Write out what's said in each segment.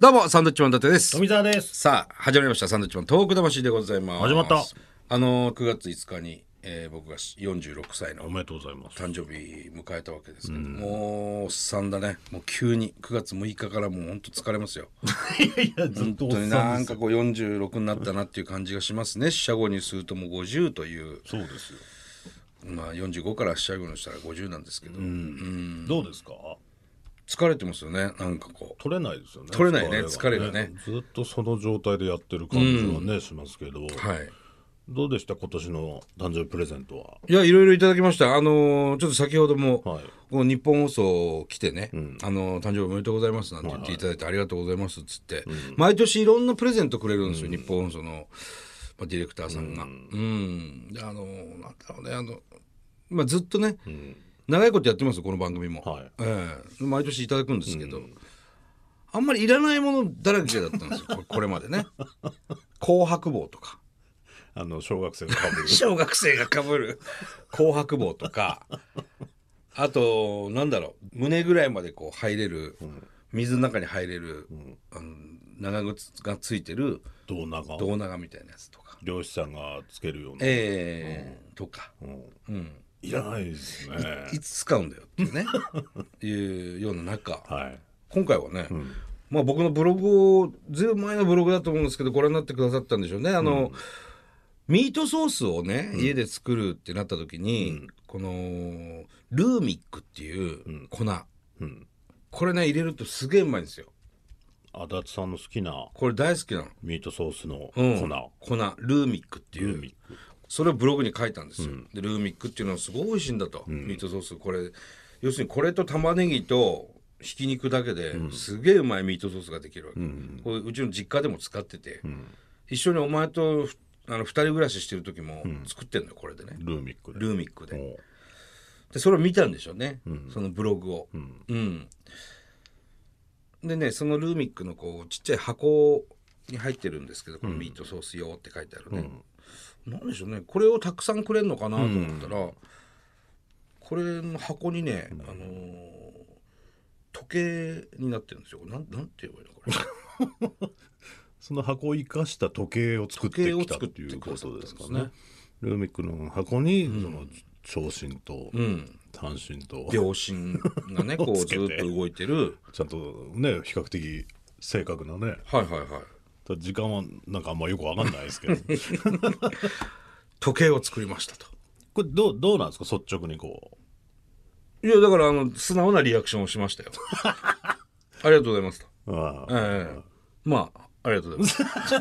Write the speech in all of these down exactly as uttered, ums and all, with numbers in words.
どうもサンドウィッチマン伊達です。 富澤です。 さあ始まりましたサンドウィッチマントーク魂でございます。 始まった。 あのくがついつかに、えー、僕がよんじゅうろくさいのおめでとうございます。 誕生日迎えたわけですけど、もうおっさんだね。もう急にくがつむいかからもうほんと疲れますよ。 いやいやずっとおっさんですよ。 本当になんかこうよんじゅうろくになったなっていう感じがしますね。四捨五入するともうごじゅうという。 そうですよ。 まあよんじゅうごから四捨五入したらごじゅうなんですけど、うんうんどうですか。 疲れてますよね。なんかこう取れないですよね。 取れないね疲れがね。 ずっとその状態でやってる感じはね、しますけど、 はい。 どうでした今年の誕生日プレゼントは。 いやいろいろいただきました。あのーちょっと先ほども、 はいこの日本放送来てね、あのー誕生日おめでとうございますなんて言っていただいてありがとうございますっつって、毎年いろんなプレゼントくれるんですよ、日本放送の、まあ、ディレクターさんが。うんであのーなんだろうねあの、まあ、ずっとね、長いことやってますよこの番組も、 はいええ毎年いただくんですけど、あんまりいらないものだらけだったんですよこれこれまでね。紅白帽とかあの小学生が被る小学生が被る紅白帽とか、あとなんだろう胸ぐらいまでこう入れる、水の中に入れる、あの長靴がついてる胴長胴長みたいなやつとか、 漁師さんがつけるような、 ええとか、うんいらないですね。 いつ使うんだよっていうねいうような中、 はい今回はね、まあ僕のブログをずいぶん前のブログだと思うんですけどご覧になってくださったんでしょうね。あの、ミートソースをね、家で作るってなった時に、このルーミックっていう粉、これね入れるとすげえうまいんですよ。 足立さんの好きなこれ大好きなの。 ミートソースのうん粉、 粉ルーミックっていうルーミックそれをブログに書いたんですよ、でルーミックっていうのはすごい美味しいんだと、ミートソースこれ要するにこれと玉ねぎとひき肉だけですげえうまいミートソースができるわけ、これうちの実家でも使ってて、一緒にお前とふあのふたり暮らししてる時も作ってんのよこれでね、 ルーミックでルーミックで。 おうでそれを見たんでしょうね、そのブログを、うんでねそのルーミックのこうちっちゃい箱に入ってるんですけど、このミートソース用って書いてあるね、なんでしょうねこれをたくさんくれんのかなと思ったら、これの箱にね、あのー時計になってるんですよ。なんなんて言えばいいのこれその箱を生かした時計を作ってきたっていうこ時計を作ってくださったんですねとですかね。ルーミックの箱にその長針とん短針と秒針がねこうずつけてっと動いてる。 ちゃんとね比較的正確なね。 はいはいはい。 ただ時間はなんかあんまよくわかんないですけど時計を作りましたと。 これどうどうなんですか率直にこう。 いやだからあの素直なリアクションをしましたよありがとうございますと。 ああええまあありがとうございます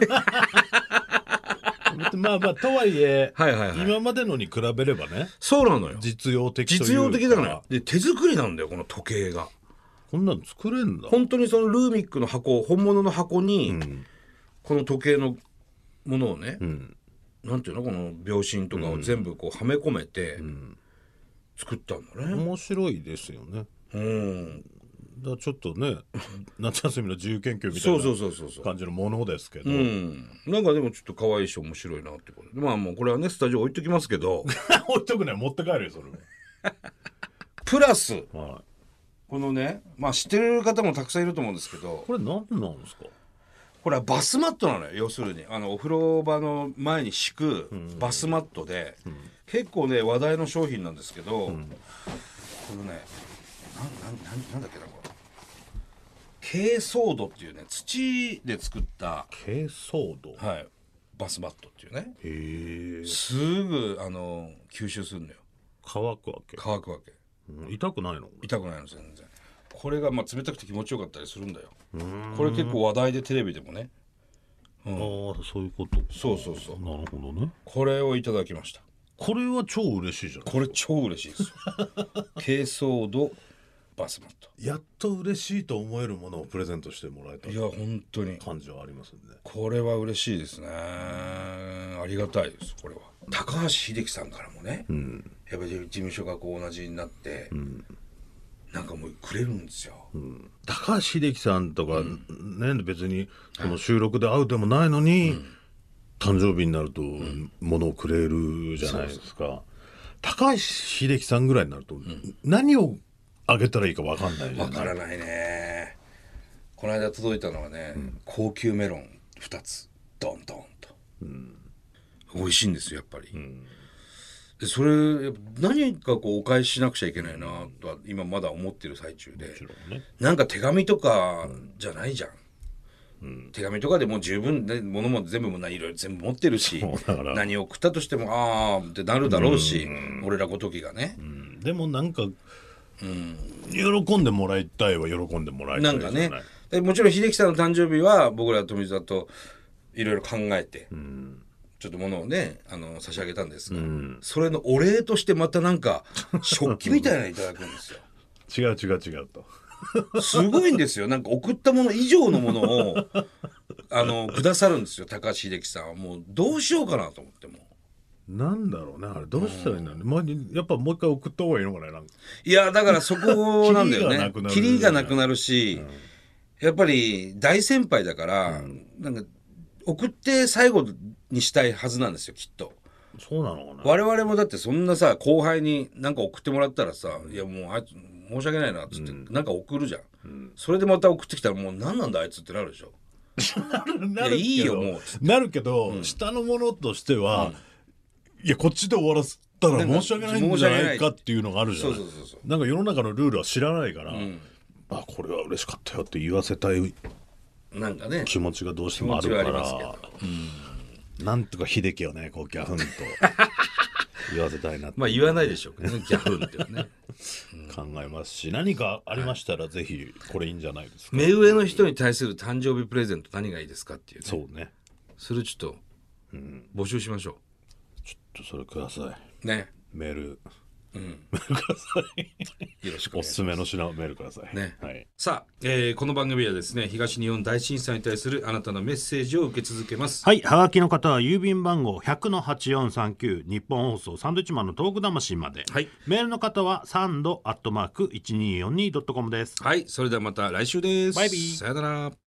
まあまあとはいえはいはいはい今までのに比べればねそうなのよ。 実用的というか実用的なのよ。で手作りなんだよこの時計が。 こんなの作れんだ。 本当にそのルーミックの箱本物の箱に、この時計のものをね、なんていうのこの秒針とかを全部こうはめ込めて作ったんだね。 面白いですよね。 うん、 だからちょっとね夏休みの自由研究みたそうそういそうそうそう。 な感じのものですけど、 うん、なんかでもちょっと可愛いし面白いなってことで、まあもうこれはねスタジオ置いときますけど置いとくね持って帰るよそれプラスは、はい、 このねまあ知ってる方もたくさんいると思うんですけど、 これ何なんですか。 これはバスマットなのよ。要するにあのお風呂場の前に敷くバスマットで、結構ね話題の商品なんですけど、このねなんなんなんなんだっけなこれ珪藻土っていうね土で作った珪藻土。 はいバスマットっていうね、 へえ。 すぐあの吸収するのよ。 乾くわけ。 乾くわけ。 うん痛くないの。 痛くないの全然。これがまあ冷たくて気持ちよかったりするんだよ。これ結構話題でテレビでもね。 ああそういうこと。 そうそうそう。 なるほどね。 これをいただきました。 これは超嬉しいじゃん。 これ超嬉しいですよ珪藻土バスマット。 やっと嬉しいと思えるものをプレゼントしてもらえたいや本当に感じはありますね。 これは嬉しいですね。ありがたいですこれは。高橋英樹さんからもね、やっぱり事務所がこう同じになって、なんかもうくれるんですよ、 高橋英樹さんとか、ね別にこの収録で会うでもないのに、誕生日になると物をくれるじゃないですか。高橋英樹さんぐらいになると、何をあげたらいいか分かんないじゃない。 わからないね。 この間届いたのはね、うん、高級メロンふたつドンドンと、うん、美味しいんですよやっぱり、うん、でそれ何かこうお返ししなくちゃいけないなとは今まだ思ってる最中で、もちろんね、なんか手紙とかじゃないじゃん、うん、手紙とかでもう十分、ね、物も全部もないろいろ全部持ってるし、何を送ったとしてもあーってなるだろうし、うん、俺らごときがね、うん、 でもなんか、うん、喜んでもらいたいは喜んでもらいたいじゃない。 なんかね、でもちろん秀樹さんの誕生日は僕ら富澤といろいろ考えて、うん、ちょっと物をねあの差し上げたんですが、うん、それのお礼としてまたなんか食器みたいなのいただくんですよ違う違う違うとすごいんですよ。なんか送ったもの以上のものをあのくださるんですよ高橋秀樹さんは。もうどうしようかなと思ってもなんだろうねあれどうしたらいいんだろうね、まあ、やっぱもう一回送った方がいいのかな。なんかいやだからそこなんだよねキリがなくなるし、うんやっぱり大先輩だから、うん、なんか送って最後にしたいはずなんですよきっと。 そうなのかな。 我々もだってそんなさ後輩に何か送ってもらったらさ、うん、いやもうあいつ申し訳ないなっつって、うん、なんか送るじゃん、うん、それでまた送ってきたらもう何なんだあいつってなるでしょなるいやいいよもうなるけど、うん、下のものとしては、うん、いやこっちで終わらせたら申し訳ないんじゃないかっていうのがあるじゃない。そうそうそうそう。なんか世の中のルールは知らないから、うんあこれは嬉しかったよって言わせたいなんかね気持ちがどうしてもあるから、うん、なんとか秀樹をねこうギャフンと言わせたいなってまあ言わないでしょうけどねギャフンってね、 うん、考えますし何かありましたらぜひこれいいんじゃないですか。 目上の人に対する誕生日プレゼント何がいいですかっていうね。 そうねそれちょっと、うん、募集しましょう。 ちょっとそれくださいねメールうん、メールくださいよろしくお願いします。おすすめの品をメールください、 ねはい、さあ、えー、この番組はですね東日本大震災に対するあなたのメッセージを受け続けます。 はい、はがきの方は郵便番号 ひゃくのはちよんさんきゅう 日本放送サンドウィッチマンのトーク魂まで、はい、メールの方はサンドアットマーク いちにーよんにードットコム です。 はい、それではまた来週です。 バイビーさよなら。